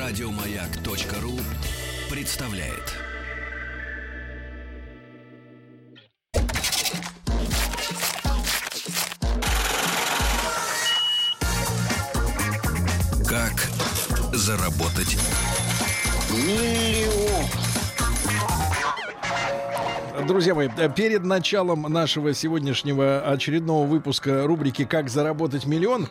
Радиомаяк.ру представляет. Как заработать миллион? Друзья мои, перед началом нашего сегодняшнего очередного выпуска рубрики «Как заработать миллион»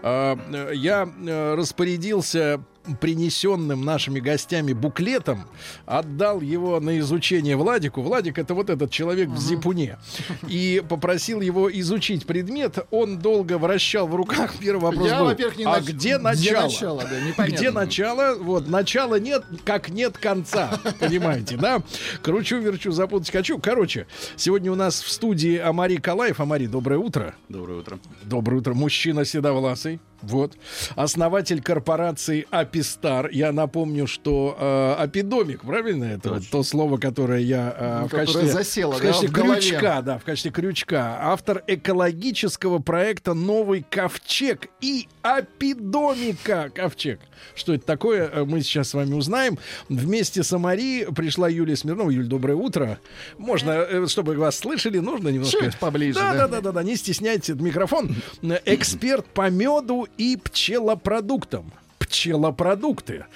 я распорядился принесенным нашими гостями буклетом, отдал его на изучение Владику. Владик — это вот этот человек в зипуне. И попросил его изучить предмет. Он долго вращал в руках. Первый вопрос был: во-первых, не где начало? Да, непонятно. Где начало? Вот, начала нет, как нет конца. Понимаете, да? Кручу-верчу, запутать хочу. Короче, сегодня у нас в студии Амари Калаев. Амари, доброе утро. Доброе утро. Доброе утро. Мужчина седовласый. Вот. Основатель корпорации Апистар. Я напомню, что Апидомик, правильно это? Вот то слово, которое я в качестве, засело, в качестве да, в крючка, да, в качестве крючка. Автор экологического проекта «Новый ковчег» и Апидомика ковчег. Что это такое, мы сейчас с вами узнаем. Вместе с Амари пришла Юлия Смирнова. Юль, доброе утро. Можно, чтобы вас слышали, нужно немножко чуть поближе. Да, не стесняйте микрофон. Эксперт по меду и пчелопродуктам. Пчелопродукты.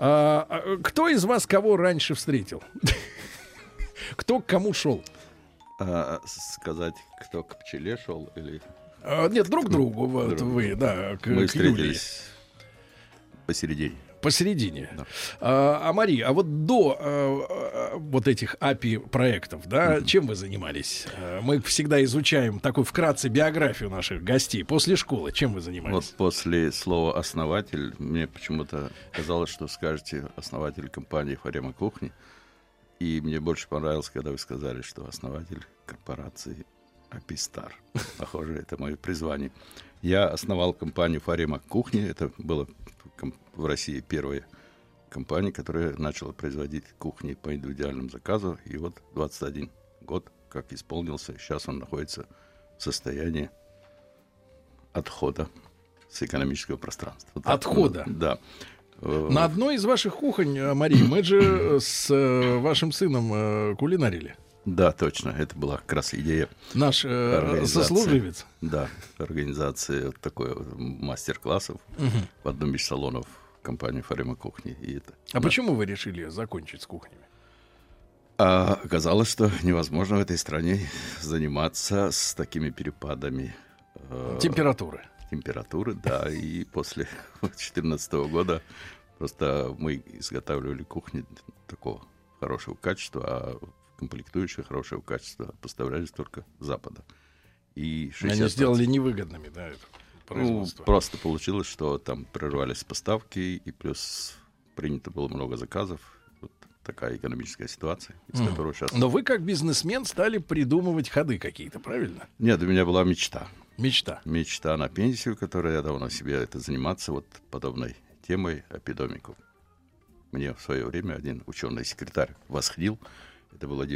Кто из вас кого раньше встретил? Кто к кому шел? Сказать, кто к пчеле шел или... Нет, друг к другу. Вот вы, да, Мы к Юлии. встретились посередине. Посередине. Да. Мари, а вот до вот этих API-проектов, да, чем вы занимались? Мы всегда изучаем такую вкратце биографию наших гостей. После школы чем вы занимались? Вот после слова «основатель» мне почему-то казалось, что скажете «основатель компании «Фарема Кухни». И мне больше понравилось, когда вы сказали, что основатель корпорации Апистар. Похоже, это мое призвание. Я основал компанию «Фарема Кухни». Это было в России первая компания, которая начала производить кухни по индивидуальному заказу. И вот 21 год, как исполнился, сейчас он находится в состоянии отхода с экономического пространства. Вот Отхода? Да. На одной из ваших кухонь, Мария, мы же с вашим сыном кулинарили. Да, точно. Это была как раз идея. Наш сослуживец. Да, организация такой мастер-классов в одном из салонов компании «Фарема Кухни». И это, почему вы решили закончить с кухнями? Оказалось, что невозможно в этой стране заниматься с такими перепадами температуры, да. И после 2014 года просто мы изготавливали кухни такого хорошего качества, а комплектующие хорошего качества поставлялись только с Запада. И они сделали невыгодными, да, это производство. Просто получилось, что там прервались поставки, и плюс принято было много заказов. Вот такая экономическая ситуация, из которой сейчас... Но вы, как бизнесмен, стали придумывать ходы какие-то, правильно? Нет, у меня была мечта. Мечта на пенсию, которую я давно себе это заниматься вот подобной темой, Апидомику. Мне в свое время один ученый-секретарь восхвалил. Это было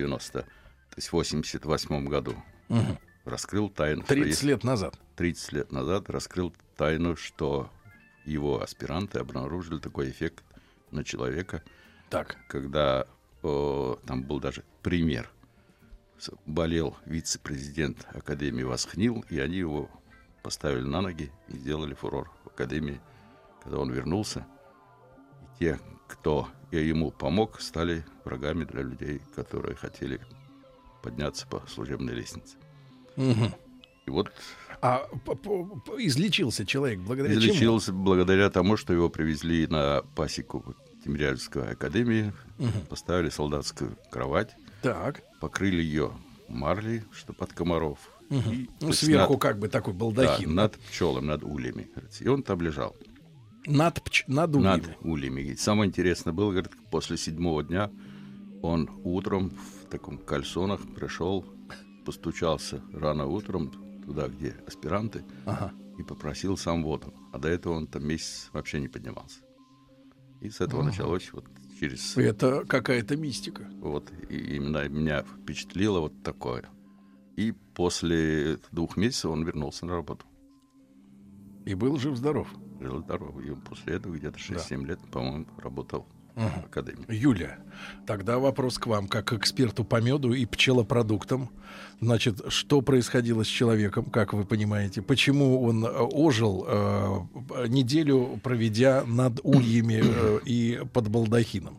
88 году. Раскрыл тайну. 30 лет назад. 30 лет назад раскрыл тайну, что его аспиранты обнаружили такой эффект на человека. Так. Когда там был даже пример. Болел вице-президент Академии Восхнил, и они его поставили на ноги и сделали фурор в Академии. Когда он вернулся, и те, кто ему помог, стали врагами для людей, которые хотели подняться по служебной лестнице. И вот... излечился человек благодаря чему? Излечился благодаря тому, что его привезли на пасеку Тимирязевской академии, поставили солдатскую кровать, так. покрыли ее марлей, чтобы от комаров. И, сверху как бы такой балдахин. Да, над пчелами, над ульями. И он там лежал. Над ульями. Над ульями. И самое интересное было, говорит, после 7-го дня он утром в таком кальсонах пришел, постучался рано утром туда, где аспиранты, и попросил сам воду. А до этого он там месяц вообще не поднимался. И с этого началось вот через... Это какая-то мистика. Вот, и именно меня впечатлило вот такое. И после 2 месяцев он вернулся на работу. И был жив-здоров. Жил здоров. И после этого где-то 6-7 лет, по-моему, работал в академии. Юлия, тогда вопрос к вам, как к эксперту по меду и пчелопродуктам. Значит, что происходило с человеком, как вы понимаете? Почему он ожил, неделю проведя над ульями и под балдахином?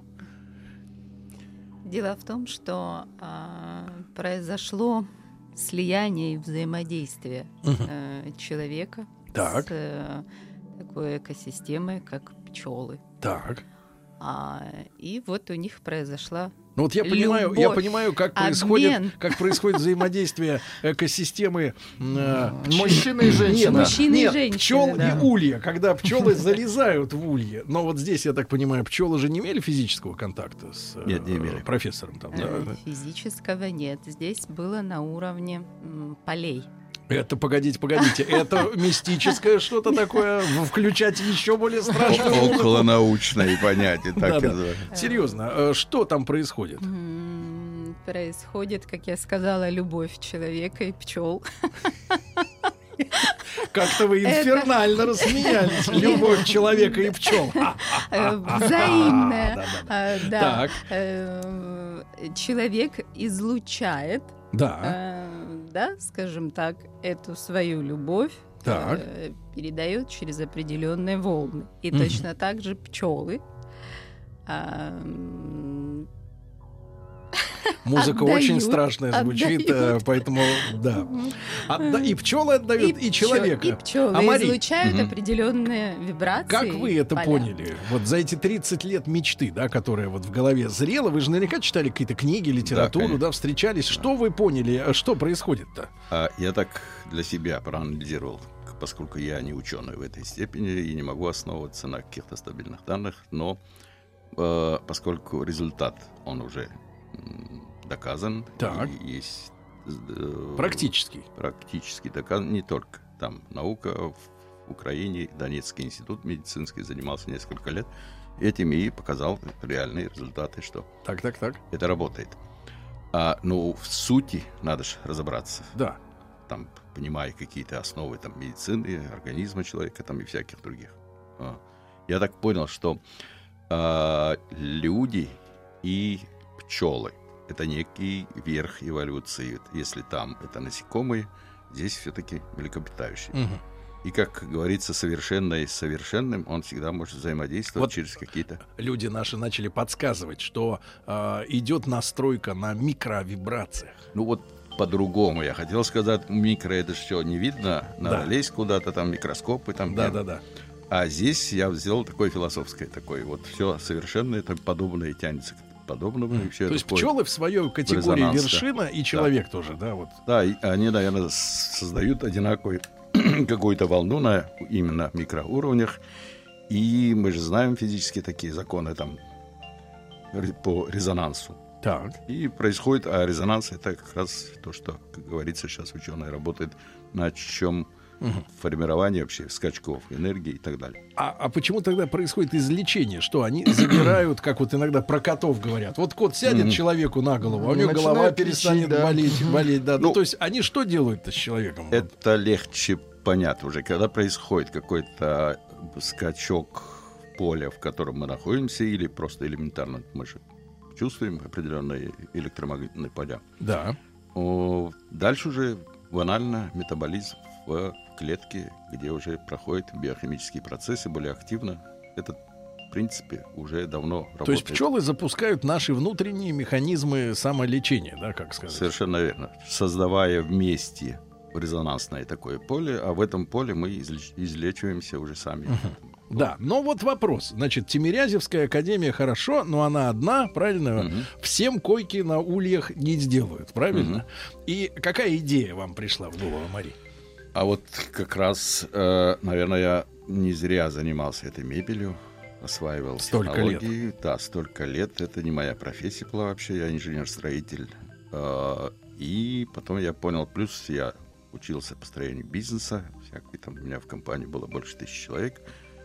Дело в том, что произошло слияние и взаимодействие человека с такой экосистемой, как пчелы. Так. И вот у них произошла Ну вот я понимаю, как происходит взаимодействие экосистемы мужчины и женщины. Нет, пчел и улья, когда пчелы залезают в улье. Но вот здесь, я так понимаю, пчелы же не имели физического контакта с профессором. Там, физического нет. Здесь было на уровне полей. Это, погодите, это мистическое что-то такое, включать еще более страшное. Околонаучное понятие, так называется. Серьезно, что там происходит? Происходит, как я сказала, любовь человека и пчел. Как-то вы инфернально рассмеялись. Любовь человека и пчел. Взаимная. Да. Человек излучает, скажем так, эту свою любовь, передает через определенные волны. И точно так же пчелы. Музыка очень страшная звучит, поэтому да. И пчелы отдают, и человека. И пчелы излучают определенные вибрации. Как вы это поняли? Вот за эти 30 лет мечты, да, которая вот в голове зрела, вы же наверняка читали какие-то книги, литературу, встречались. Что вы поняли? Что происходит-то? Я так для себя проанализировал, поскольку я не ученый в этой степени и не могу основываться на каких-то стабильных данных, но поскольку результат, он уже доказан. Так. Есть практически доказан. Не только там наука в Украине, Донецкий институт медицинский занимался несколько лет этим и показал реальные результаты, что это работает. Но в сути надо же разобраться. Да. Там, понимая какие-то основы там, медицины, организма человека там, и всяких других. Я так понял, что люди и пчелы — это некий верх эволюции. Если там это насекомые, здесь все-таки млекопитающие. И, как говорится, совершенное с совершенным, он всегда может взаимодействовать через какие-то... Люди наши начали подсказывать, что идет настройка на микровибрациях. Ну вот по-другому я хотел сказать. Микро — это все не видно, надо лезть куда-то, там микроскопы. Там, да. А здесь я сделал такое философское, такое вот все совершенное, это подобное тянется к подобному. И все то есть пчелы в своей категории вершина, и человек тоже, да? Вот. Да, и они, наверное, создают одинаковую какую-то волну на именно микроуровнях. И мы же знаем физически такие законы там по резонансу. Так. И происходит, а резонанс — это как раз то, что, как говорится, сейчас ученые работают, на чем формирование вообще скачков энергии и так далее. А почему тогда происходит излечение? Что они забирают, как вот иногда про котов говорят. Вот кот сядет человеку на голову, а у него голова перестанет болеть. Да. Ну, то есть они что делают-то с человеком? Это легче понять уже. Когда происходит какой-то скачок поля, в котором мы находимся, или просто элементарно мы же чувствуем определенные электромагнитные поля. Да. Дальше уже банально метаболизм в клетке, где уже проходят биохимические процессы более активно. Это, в принципе, уже давно работает. То есть пчелы запускают наши внутренние механизмы самолечения, да, как сказать? Совершенно верно. Создавая вместе резонансное такое поле, а в этом поле мы излечиваемся уже сами. Да, но вот вопрос. Значит, Тимирязевская академия хорошо, но она одна, правильно? Всем койки на ульях не сделают, правильно? И какая идея вам пришла в голову, Мария? А вот как раз, наверное, я не зря занимался этой мебелью, осваивал технологии. Лет. Да, столько лет. Это не моя профессия была вообще, я инженер-строитель. И потом я понял, плюс я учился построению бизнеса, там у меня в компании было больше 1000 человек.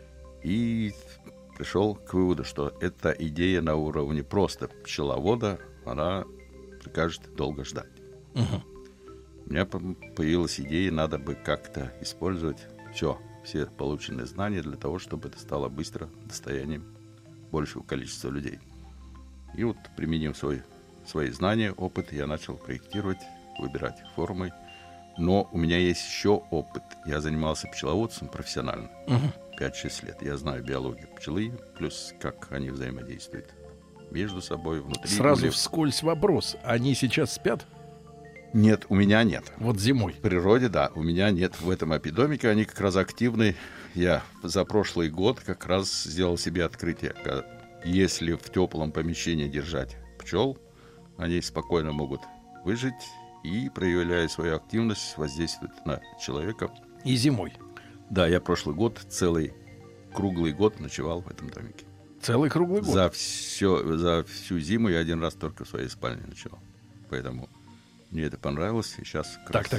И пришел к выводу, что эта идея на уровне просто пчеловода, она прикажет долго ждать. У меня появилась идея, надо бы как-то использовать все все полученные знания для того, чтобы это стало быстро достоянием большего количества людей. И вот, применив свои знания, опыт, я начал проектировать, выбирать формы. Но у меня есть еще опыт. Я занимался пчеловодством профессионально 5-6 лет. Я знаю биологию пчелы, плюс как они взаимодействуют между собой, внутри. Сразу вскользь вопрос. Они сейчас спят? Нет, у меня нет. Вот зимой. В природе, да, у меня нет. В этом апидомике они как раз активны. Я за прошлый год как раз сделал себе открытие. Если в теплом помещении держать пчел, они спокойно могут выжить и, проявляя свою активность, воздействуют на человека. И зимой. Да, я прошлый год, целый круглый год ночевал в этом домике. Целый круглый год? За всю зиму я один раз только в своей спальне ночевал. Поэтому мне это понравилось. И сейчас Так.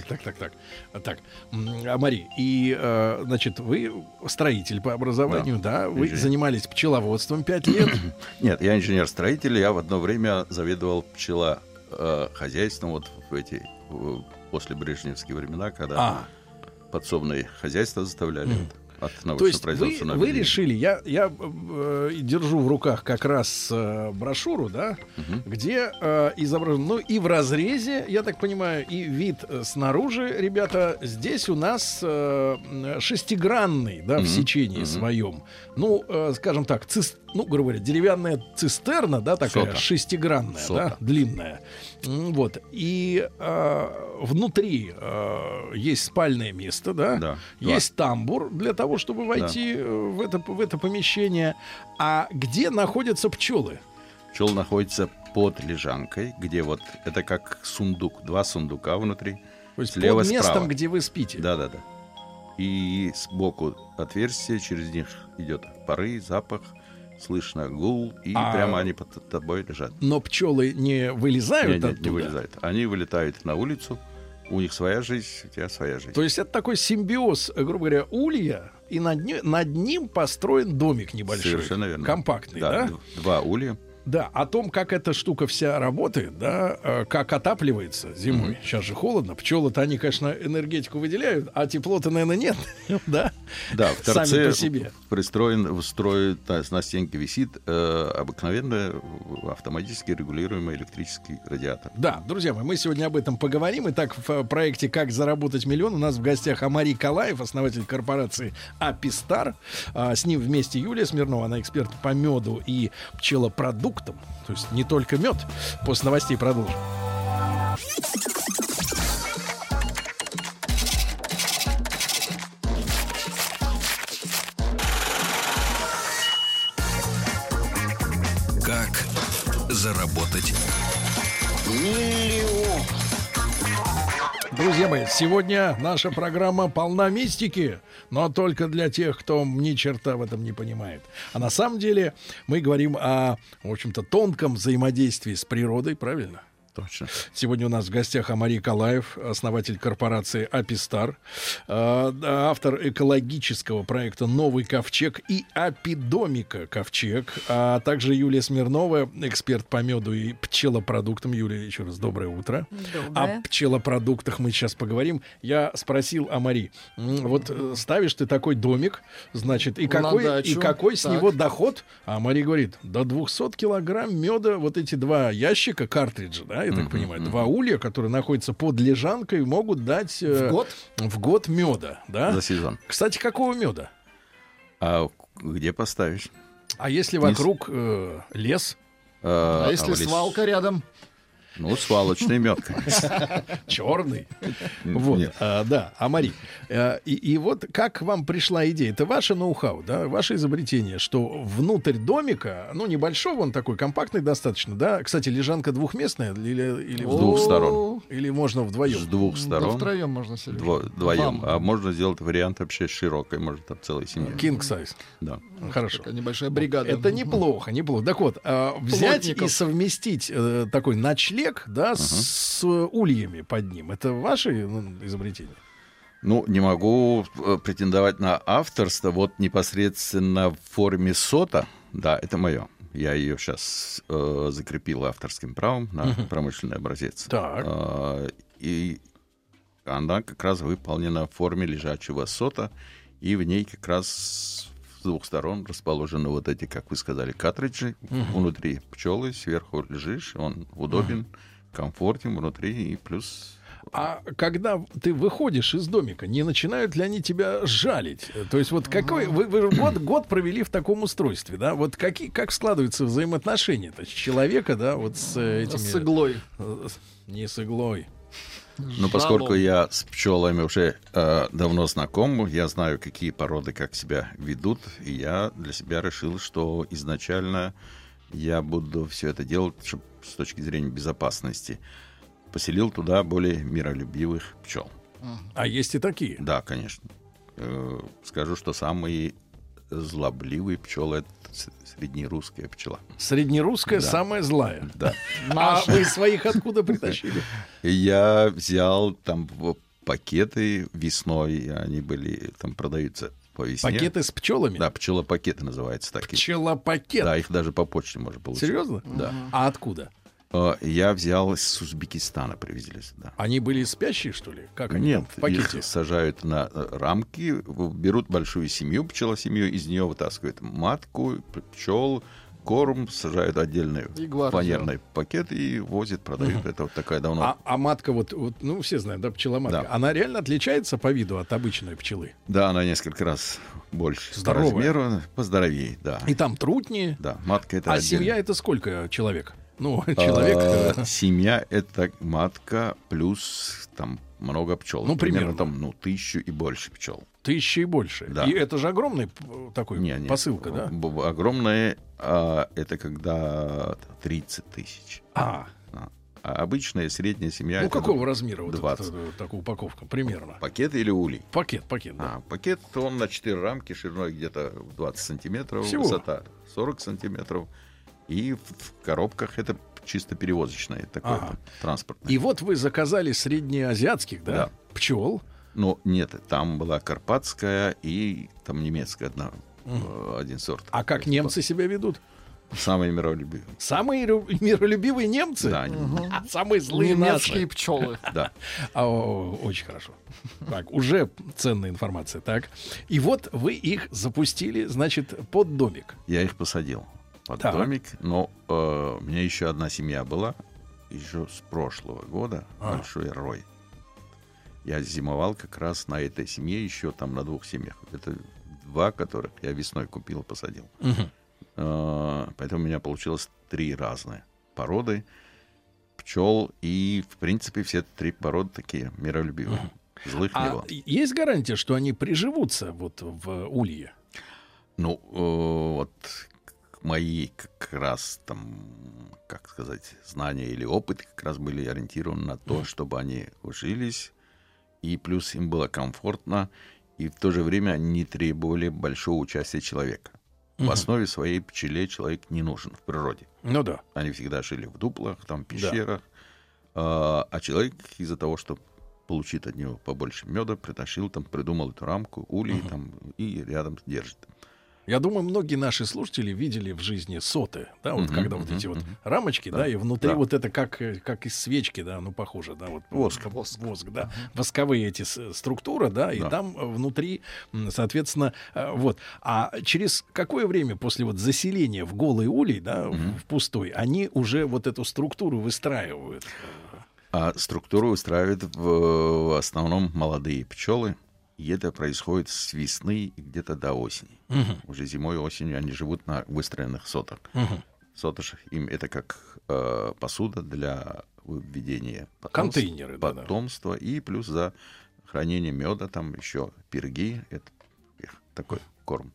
Мари, значит, вы строитель по образованию, да? Вы занимались пчеловодством 5 лет? Нет, я инженер-строитель. Я в одно время заведовал пчелохозяйством вот в эти послебрежневские времена, когда подсобные хозяйства заставляли от научного производства на вы решили, я держу в руках как раз брошюру, да, где изображен, ну и в разрезе, я так понимаю, и вид снаружи, ребята, здесь у нас шестигранный, да, в сечении своем, ну, скажем так, грубо говоря, деревянная цистерна, да, такая шестигранная, да, длинная, вот, и внутри есть спальное место, да, есть тамбур для того, чтобы войти в это помещение. А где находятся пчелы? Пчелы находятся под лежанкой, где вот это как сундук, 2 сундука внутри. То есть слева, под местом, справа, где вы спите. Да. И сбоку отверстие, через них идет пары, запах, слышно гул, и прямо они под тобой лежат. Но пчелы не вылезают оттуда? Не вылезают. Они вылетают на улицу. У них своя жизнь, у тебя своя жизнь. То есть это такой симбиоз, грубо говоря, улья, и над ним построен домик небольшой. Совершенно верно. Компактный, да? 2 улья. Да, о том, как эта штука вся работает, да, как отапливается зимой. Сейчас же холодно. Пчелы-то они, конечно, энергетику выделяют, а тепло-то, наверное, нет. Да, в торце встроен, на стенке висит обыкновенный автоматически регулируемый электрический радиатор. Да, друзья мои, мы сегодня об этом поговорим. Итак, в проекте «Как заработать миллион» у нас в гостях Амари Калаев, основатель корпорации «Апистар». С ним вместе Юлия Смирнова, она эксперт по меду и пчелопродуктам. То есть не только мед. После новостей продолжим. Как заработать миллион? Друзья мои, сегодня наша программа полна мистики, но только для тех, кто ни черта в этом не понимает. А на самом деле мы говорим о, в общем-то, тонком взаимодействии с природой, правильно? Точно. Сегодня у нас в гостях Амари Калаев, основатель корпорации «Апистар», автор экологического проекта «Новый ковчег» и апидомика «Ковчег», а также Юлия Смирнова, эксперт по меду и пчелопродуктам. Юлия, еще раз доброе утро. Доброе. О пчелопродуктах мы сейчас поговорим. Я спросил Амари, вот ставишь ты такой домик, значит, и какой с него доход? А Амари говорит, до 200 килограмм меда, вот эти 2 ящика, картриджа, да, я так понимаю, 2 улья, которые находятся под лежанкой, могут дать в год меда, да? За сезон. Кстати, какого меда? А где поставишь? А если вокруг лес? А если свалка рядом? Ну, свалочный мед, конечно. Черный. Вот, да, Амари. И вот как вам пришла идея? Это ваше ноу-хау, да, ваше изобретение, что внутрь домика, ну, небольшого, он такой компактный достаточно, да? Кстати, лежанка двухместная или с 2 сторон. Или можно вдвоем? С 2 сторон. Втроем можно себе. Вдвоем. А можно сделать вариант вообще широкой, может, там целой семьи. King size. Да. Хорошо. Такая небольшая бригада. Это неплохо. Так вот, взять и совместить такой ночлег, да, с ульями под ним. Это ваше изобретение? Ну, не могу претендовать на авторство. Вот непосредственно в форме сота, да, это мое. Я ее сейчас закрепил авторским правом на промышленный образец. Так. И она как раз выполнена в форме лежачего сота. И в ней как раз с двух сторон расположены вот эти, как вы сказали, картриджи. Внутри пчелы, сверху лежишь, он удобен, комфортен внутри и плюс... А когда ты выходишь из домика, не начинают ли они тебя жалить? То есть вот какой вы год провели в таком устройстве, да? Вот как складываются взаимоотношения-то с человека, да, вот с этими... С иглой. Не с иглой. Ну, поскольку я с пчелами уже давно знаком, я знаю, какие породы как себя ведут, и я для себя решил, что изначально я буду все это делать, чтобы с точки зрения безопасности. Поселил туда более миролюбивых пчел. А есть и такие? Да, конечно. Скажу, что самые злобливые пчелы — это среднерусская пчела. Среднерусская самая злая. Да. А вы своих откуда притащили? Я взял там пакеты весной, они были, там продаются по весне. Пакеты с пчелами? Да, пчелопакеты называются такие. Пчелопакет? Да, их даже по почте можно получить. Серьезно? Да. А откуда? Я взял с Узбекистана, привезли сюда. Они были спящие, что ли? Как они Нет, в пакете? их сажают на рамки, берут большую семью, пчелосемью, из нее вытаскивают матку, пчел, корм, сажают отдельный фанерный пакет и возят, продают. Это вот такая давно... А матка, вот, ну, все знают, да, пчеломатка, Да. она реально отличается по виду от обычной пчелы? Да, она несколько раз больше Здоровая. по размеру, поздоровее, да. И там трутни? Да, матка это А отдельно. семья — это сколько человек? Ну, человек... Семья — это матка плюс там много пчел. Ну, примерно. Там 1000 и больше пчел. 1000 и больше. Да. И это же огромный такой Не, посылка, да? Огромная, это когда 30 тысяч. А обычная средняя семья... Ну, это какого размера вот 20. такая упаковка? Примерно. Пакет или улей? Пакет, да. Пакет, он на 4 рамки, шириной где-то 20 сантиметров, Всего? высота 40 сантиметров. И в коробках это чисто перевозочное такое транспортное. И вот вы заказали среднеазиатских, да? Пчел. Ну, нет, там была карпатская и там немецкая один сорт. А как немцы себя ведут? Самые миролюбивые. Самые миролюбивые немцы? Да. А самые злые немецкие наши? пчелы. Да. Очень хорошо. Так, уже ценная информация. Так. И вот вы их запустили, значит, под домик. Я их посадил под домик, но у меня еще одна семья была, еще с прошлого года, большой рой. Я зимовал как раз на этой семье, еще там на 2 семьях. Это 2, которых я весной купил и посадил. Поэтому у меня получилось 3 разные породы пчел, и, в принципе, все 3 породы такие миролюбивые. Злых не было. Есть гарантия, что они приживутся вот в улье? Ну, вот мои как раз там, как сказать, знания или опыт как раз были ориентированы на то, чтобы они ужились, и плюс им было комфортно, и в то же время они не требовали большого участия человека. В основе своей пчеле человек не нужен в природе. Ну да. Они всегда жили в дуплах, там, пещерах, а человек из-за того, что получит от него побольше меда, притащил, там, придумал эту рамку, улей, там, и рядом держит. Я думаю, многие наши слушатели видели в жизни соты, да, вот когда вот эти вот рамочки, да, и внутри вот это как из свечки, да, ну, похоже, да, вот воск, да, восковые эти структуры, да, и там внутри, соответственно, вот. А через какое время после вот заселения в голый улей, да, в пустой, они уже вот эту структуру выстраивают? А структуру выстраивают в основном молодые пчелы. И это происходит с весны где-то до осени. Уже зимой и осенью они живут на выстроенных сотах. Сотошах им это как посуда для введения потомства. И плюс за хранение меда, там еще пирги. Это их такой корм.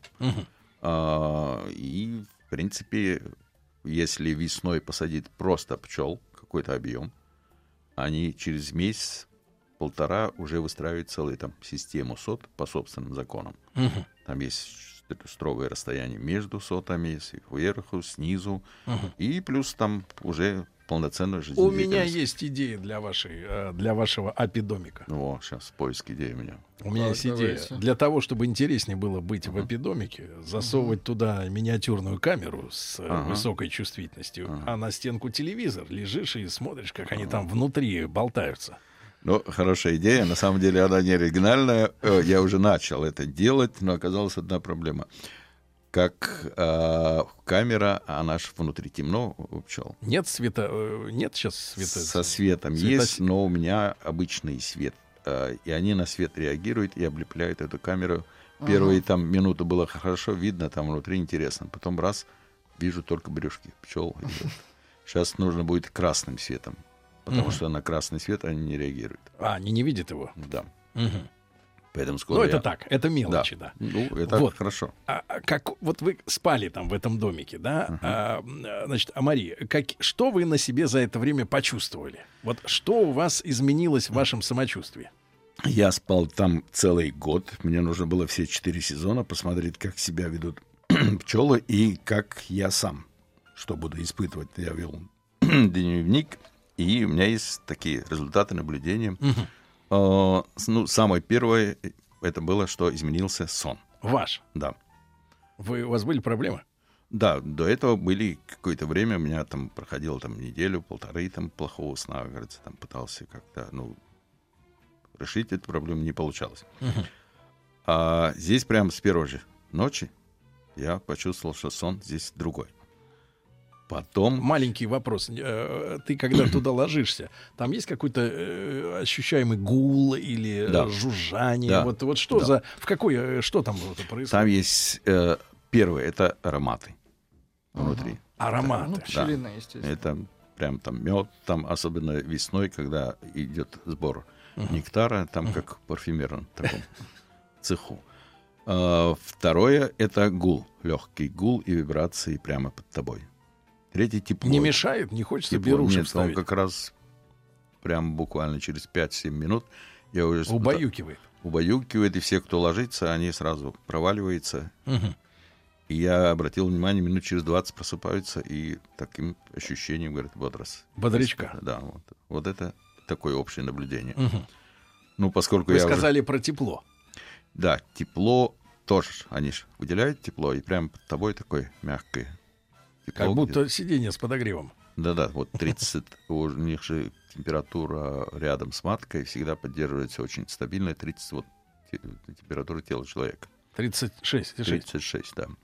И, в принципе, если весной посадить просто пчел, какой-то объем, они через месяц-полтора уже выстраивают целую там систему сот по собственным законам. Там есть строгое расстояние между сотами, сверху, снизу, и плюс там уже полноценная жизнедеятельность. У меня есть идея для вашего апидомика. О, сейчас поиск идей у меня. У меня есть идея. Для того, чтобы интереснее было быть в апидомике, засовывать туда миниатюрную камеру с высокой чувствительностью, а на стенку телевизор лежишь и смотришь, как они там внутри болтаются. Ну, хорошая идея. На самом деле она не оригинальная. Я уже начал это делать, но оказалась одна проблема. Как камера, она же внутри темно у пчел. Нет света, нет сейчас света? Со светом есть, но у меня обычный свет. И они на свет реагируют и облепляют эту камеру. Первые там минуты было хорошо видно, там внутри интересно. Потом раз, вижу только брюшки пчел. Сейчас нужно будет красным светом, потому что на красный свет они не реагируют. Они не видят его? Да. Поэтому скоро ну, это так, это мелочи, да. Ну, это вот. Хорошо. Как вот вы спали там в этом домике, да? Значит, Амари, что вы на себе за это время почувствовали? Вот что у вас изменилось в вашем самочувствии? Я спал там целый год. Мне нужно было все 4 сезона посмотреть, как себя ведут пчелы и как я сам, что буду испытывать. Я вел дневник, и у меня есть такие результаты наблюдения. Ну, самое первое, это было, что изменился сон. Ваш? Да. У вас были проблемы? Да, до этого были какое-то время, у меня там проходило там неделю-полторы там плохого сна, кажется, там пытался как-то, решить эту проблему, не получалось. А здесь прямо с первой же ночи я почувствовал, что сон здесь другой. Потом... Маленький вопрос. Ты когда туда ложишься, там есть какой-то ощущаемый гул или жужжание? Да. Вот что за... Что там происходит? Там есть... первое, это ароматы внутри. Ароматы. Пчелиная, естественно. Это прям там мед, там особенно весной, когда идет сбор нектара, там как в парфюмерном таком цеху. Второе, это гул. Легкий гул и вибрации прямо под тобой. Третий — тепло. Не мешает? Не хочется беруши вставить? Нет, он как раз прям буквально через 5-7 минут я уже... Убаюкивает. Убаюкивает, и все, кто ложится, они сразу проваливаются. И я обратил внимание, минут через 20 просыпаются, и таким ощущением, говорят, бодрость. Бодрячка. Да, вот это такое общее наблюдение. Ну, поскольку Вы сказали про тепло. Да, тепло тоже. Они же выделяют тепло, и прямо под тобой такое мягкое тепло. Как будто сиденье с подогревом. Да-да, вот 30, у них же температура рядом с маткой всегда поддерживается очень стабильная, 30 вот температура тела человека. 36. 36, да.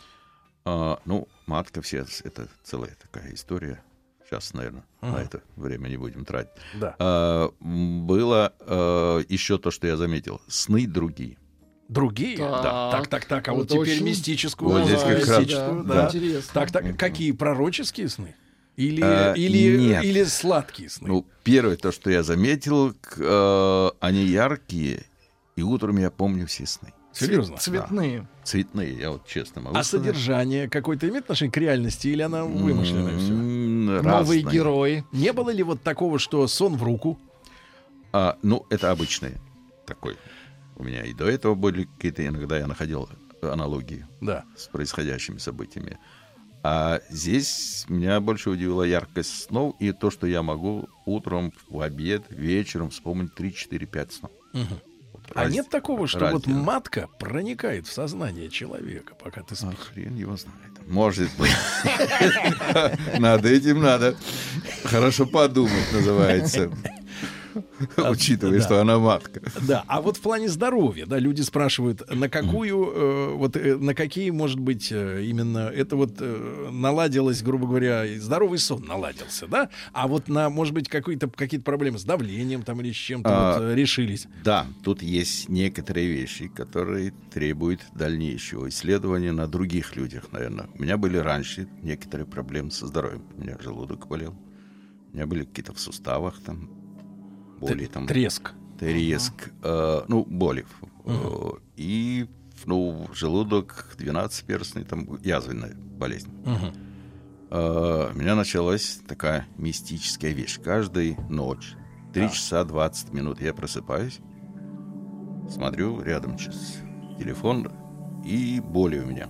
Матка все, это целая такая история. Сейчас, наверное, на это время не будем тратить. Да. Было еще то, что я заметил. Сны другие. Другие? Да. Так. А вот теперь очень... мистическую. Вот здесь как раз. Да. Интересно. Так. Какие пророческие сны? Нет. Или сладкие сны? Ну, первое, то, что я заметил, они яркие, и утром я помню все сны. Серьезно? Цветные. Да. Цветные, я вот честно могу сказать. содержание какое-то имеет отношение к реальности, или она вымышленная все? Новые герои. Не было ли вот такого, что сон в руку? Это обычный такой. У меня и до этого были какие-то, иногда я находил аналогии с происходящими событиями. А здесь меня больше удивила яркость снов и то, что я могу утром, в обед, вечером вспомнить 3, 4, 5 снов. Нет такого, что вот матка проникает в сознание человека, пока ты спишь? Хрен его знает. Может быть. Над этим надо хорошо подумать, называется. Учитывая, что она матка. Да, а вот в плане здоровья, люди спрашивают, на какие, может быть, именно это вот наладилось, грубо говоря, здоровый сон наладился, да? А вот может быть, какие-то проблемы с давлением там или с чем-то решились? Да, тут есть некоторые вещи, которые требуют дальнейшего исследования на других людях, наверное. У меня были раньше некоторые проблемы со здоровьем. У меня желудок болел, у меня были какие-то в суставах там, боли там. Треск. Боли. И, желудок 12-перстный, там, язвенная болезнь. У меня началась такая мистическая вещь. Каждую ночь, 3 часа 20 минут я просыпаюсь, смотрю, рядом телефон, и боли у меня.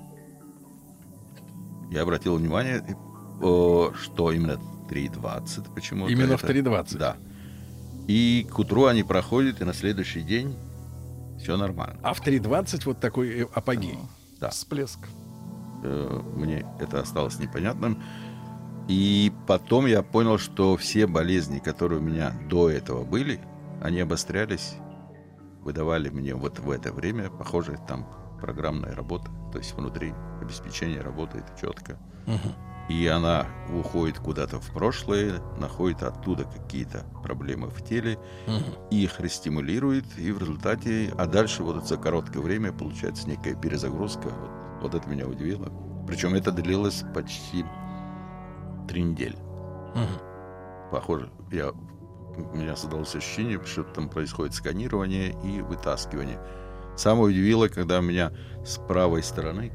Я обратил внимание, что именно 3:20 почему-то. Именно в 3:20? Да. И к утру они проходят, и на следующий день все нормально. А в 3:20 вот такой апогей. Да. Всплеск. Мне это осталось непонятным. И потом я понял, что все болезни, которые у меня до этого были, они обострялись, выдавали мне вот в это время, похоже, там программная работа, то есть внутри обеспечение работает четко. И она уходит куда-то в прошлое, находит оттуда какие-то проблемы в теле, их рестимулирует, и в результате, а дальше вот за короткое время получается некая перезагрузка. Вот это меня удивило. Причем это длилось почти 3 недели. Похоже, у меня создалось ощущение, что там происходит сканирование и вытаскивание. Самое удивило, когда у меня с правой стороны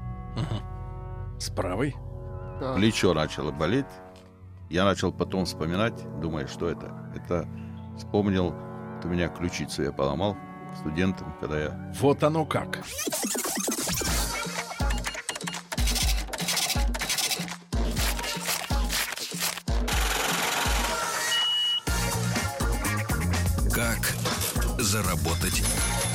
С правой? плечо начало болеть. Я начал потом вспоминать, думая, что это. Это вспомнил, у меня ключицу я поломал студентам, когда я... Вот оно как. Как заработать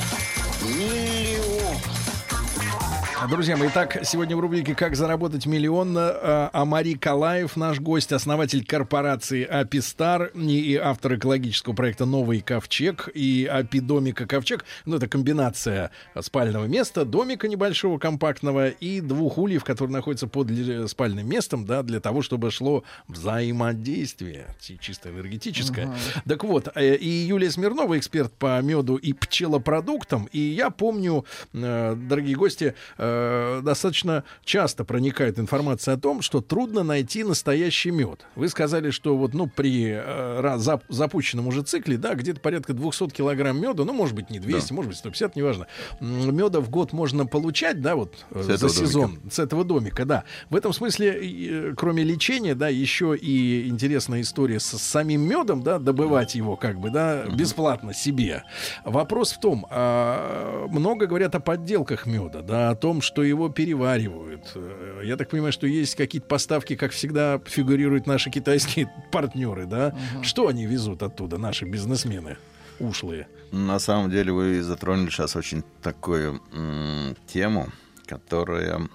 Друзья мои, итак, сегодня в рубрике «Как заработать миллион» Амари Калаев, наш гость, основатель корпорации Апистар и автор экологического проекта «Новый ковчег» и Апидомика ковчег. Ну, это комбинация спального места, домика небольшого, компактного и 2 ульев, которые находятся под спальным местом, да, для того, чтобы шло взаимодействие, чисто энергетическое. Так вот, и Юлия Смирнова, эксперт по меду и пчелопродуктам. И я помню, дорогие гости, достаточно часто проникает информация о том, что трудно найти настоящий мед. Вы сказали, что вот, ну, при запущенном уже цикле, да, где-то порядка 200 килограмм меда, ну, может быть, не 200, может быть, 150, неважно, меда в год можно получать, да, вот за сезон с этого домика, да. В этом смысле, кроме лечения, да, еще и интересная история с самим медом, да, добывать его как бы, да, бесплатно себе. Вопрос в том, много говорят о подделках меда, да, о том, что его переваривают. Я так понимаю, что есть какие-то поставки, как всегда фигурируют наши китайские партнеры, да? Что они везут оттуда, наши бизнесмены ушлые? На самом деле вы затронули сейчас очень такую тему, которая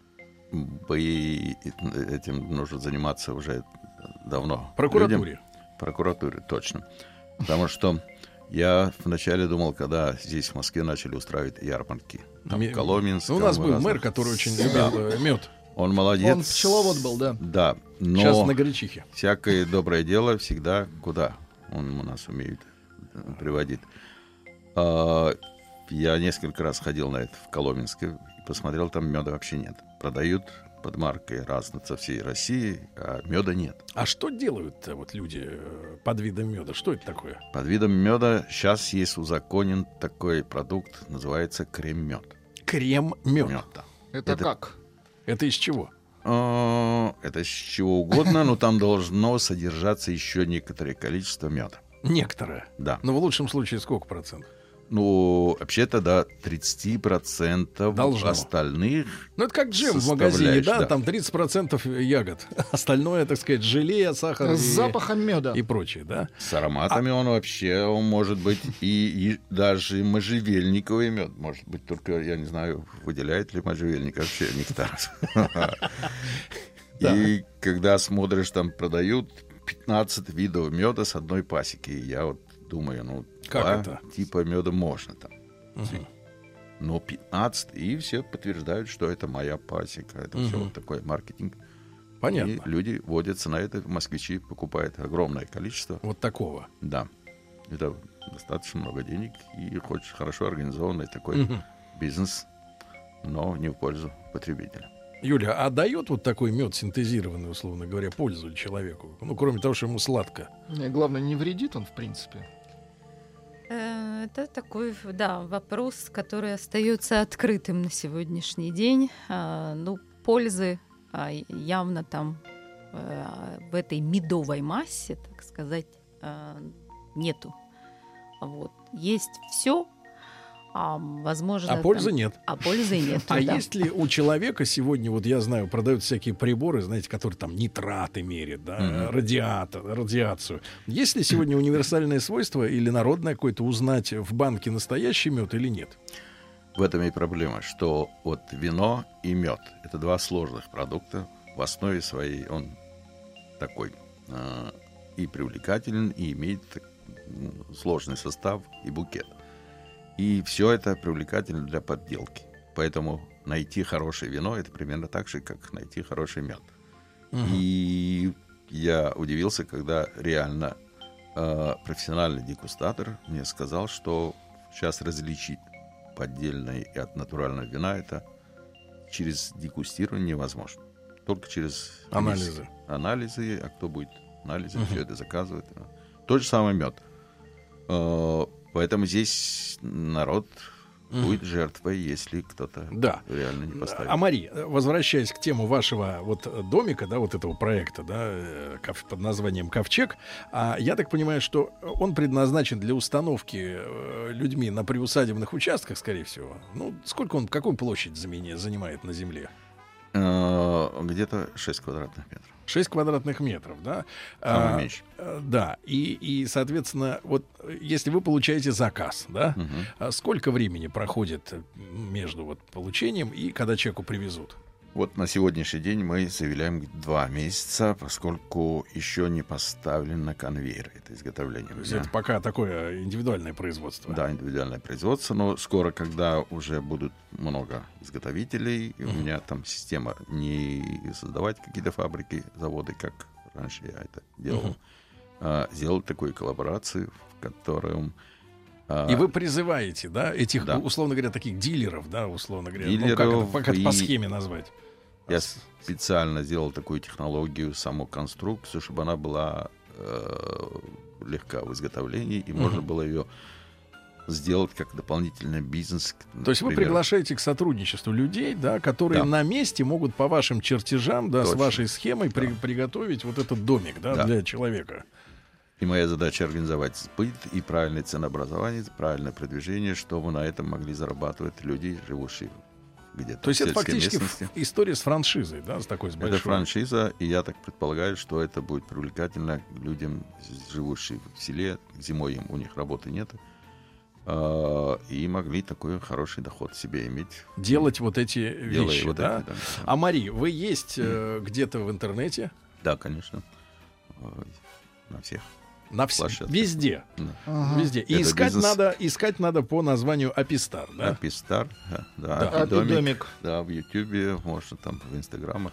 этим нужно заниматься уже давно. Прокуратуре. Прокуратуре, точно. Потому что я вначале думал, когда здесь в Москве начали устраивать ярмарки, там в Коломенском. У нас был мэр, который очень любил мед. Он молодец. Он пчеловод был, да. Да, но сейчас на Гречихе. Всякое доброе дело всегда куда? Он у нас умеет приводить. Я несколько раз ходил на это в Коломенске и посмотрел, там меда вообще нет. Продают под маркой разно со всей России, а меда нет. А что делают вот люди под видом меда? Что это такое? Под видом меда сейчас есть узаконен такой продукт, называется крем-мед. Крем-мед? Да. Это как? Это из чего? Это из чего угодно, но там должно содержаться еще некоторое количество меда. Некоторое? Да. Но в лучшем случае сколько процентов? Ну, вообще-то, да, 30% должно. Остальных. Ну, это как джем в магазине, да? Там 30% ягод. Остальное, так сказать, желе, сахар. С запахом меда. И прочее, да? С ароматами он может быть и даже можжевельниковый мед. Может быть, только, я не знаю, выделяет ли можжевельник вообще нектар. И когда смотришь, там продают 15 видов меда с одной пасеки. Я вот думаю, ну, как это? Типа меда можно там. Но 15, и все подтверждают, что это моя пасека. Это все вот такой маркетинг. Понятно. И люди водятся на это, москвичи покупают огромное количество. Вот такого. Да. Это достаточно много денег и очень хорошо организованный такой бизнес, но не в пользу потребителя. Юля, а дает вот такой мед синтезированный, условно говоря, пользу человеку? Ну, кроме того, что ему сладко. Главное, не вредит он, в принципе. Это такой, да, вопрос, который остается открытым на сегодняшний день. Ну, пользы явно там в этой медовой массе, так сказать, нету. Вот. Есть все, возможно... А пользы нет. А пользы нет. А есть ли у человека сегодня, вот я знаю, продают всякие приборы, знаете, которые там нитраты мерят, да, радиацию. Есть ли сегодня универсальное свойство или народное какое-то узнать в банке настоящий мед или нет? В этом и проблема, что вот вино и мед — это 2 сложных продукта. В основе своей он такой и привлекателен, и имеет сложный состав и букет. И все это привлекательно для подделки. Поэтому найти хорошее вино — это примерно так же, как найти хороший мед. И я удивился, когда реально профессиональный дегустатор мне сказал, что сейчас различить поддельное и от натурального вина — это через дегустирование невозможно. Только через анализы. Анализы, а кто будет анализы, все это заказывает. Тот же самый мед. Поэтому здесь народ будет жертвой, если кто-то реально не поставит. Амари, возвращаясь к тему вашего вот домика, да, вот этого проекта, да, под названием «Ковчег», я так понимаю, что он предназначен для установки людьми на приусадебных участках, скорее всего. Ну, сколько он, какую площадь занимает на земле? Где-то 6 квадратных метров. 6 квадратных метров, да? Самый меньший. Да, и, соответственно, вот если вы получаете заказ, да, сколько времени проходит между вот получением и когда человеку привезут? Вот на сегодняшний день мы заявляем 2 месяца, поскольку еще не поставлен на конвейер это изготовление. То есть это пока такое индивидуальное производство? Да, индивидуальное производство, но скоро, когда уже будут много изготовителей, и у меня там система не создавать какие-то фабрики, заводы, как раньше я это делал, сделать такую коллаборацию, в котором... И вы призываете, да, этих, условно говоря, таких дилеров, да, условно говоря, дилеров, как это по схеме назвать? Я специально сделал такую технологию, саму конструкцию, чтобы она была легка в изготовлении, и можно было ее сделать как дополнительный бизнес. То есть вы приглашаете к сотрудничеству людей, да, которые на месте могут по вашим чертежам, да, с вашей схемой приготовить вот этот домик, да, для человека. И моя задача — организовать сбыт и правильное ценообразование, правильное продвижение, чтобы на этом могли зарабатывать люди, живущие где-то. То есть это фактически история с франшизой, да, с такой большой. Это франшиза, и я так предполагаю, что это будет привлекательно людям, живущим в селе, зимой у них работы нет, и могли такой хороший доход себе иметь. Делать вот эти вещи, вот да? Амари, вы есть где-то в интернете? Да, конечно. На всех. На всех. Везде. Везде. И искать надо по названию Апистар, да? Апистар, да. Апидомик. Да, в Ютубе, можно там в Инстаграмах.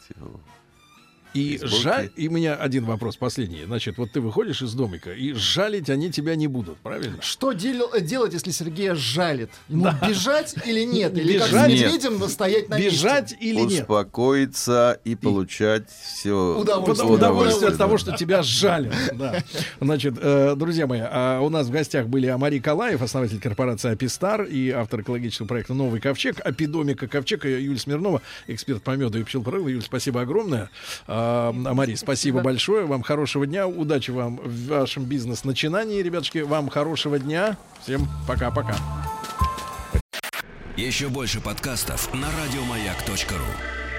И и у меня один вопрос последний. Значит, вот ты выходишь из домика, и жалить они тебя не будут, правильно? Что делать, если Сергея жалит? Бежать или нет? Или как с медведем стоять на месте? Бежать или нет? Успокоиться и получать все удовольствие от того, что тебя жалят. Да. Значит, друзья мои, у нас в гостях были Амари Калаев, основатель корпорации Апистар и автор экологического проекта «Новый ковчег», Апидомика Ковчег, Юлия Смирнова, эксперт по меду и пчелопорыву. Юль, спасибо огромное. Амари, спасибо большое. Вам хорошего дня. Удачи вам в вашем бизнес-начинании, ребятушки. Вам хорошего дня. Всем пока-пока. Еще больше подкастов на радиомаяк.ру.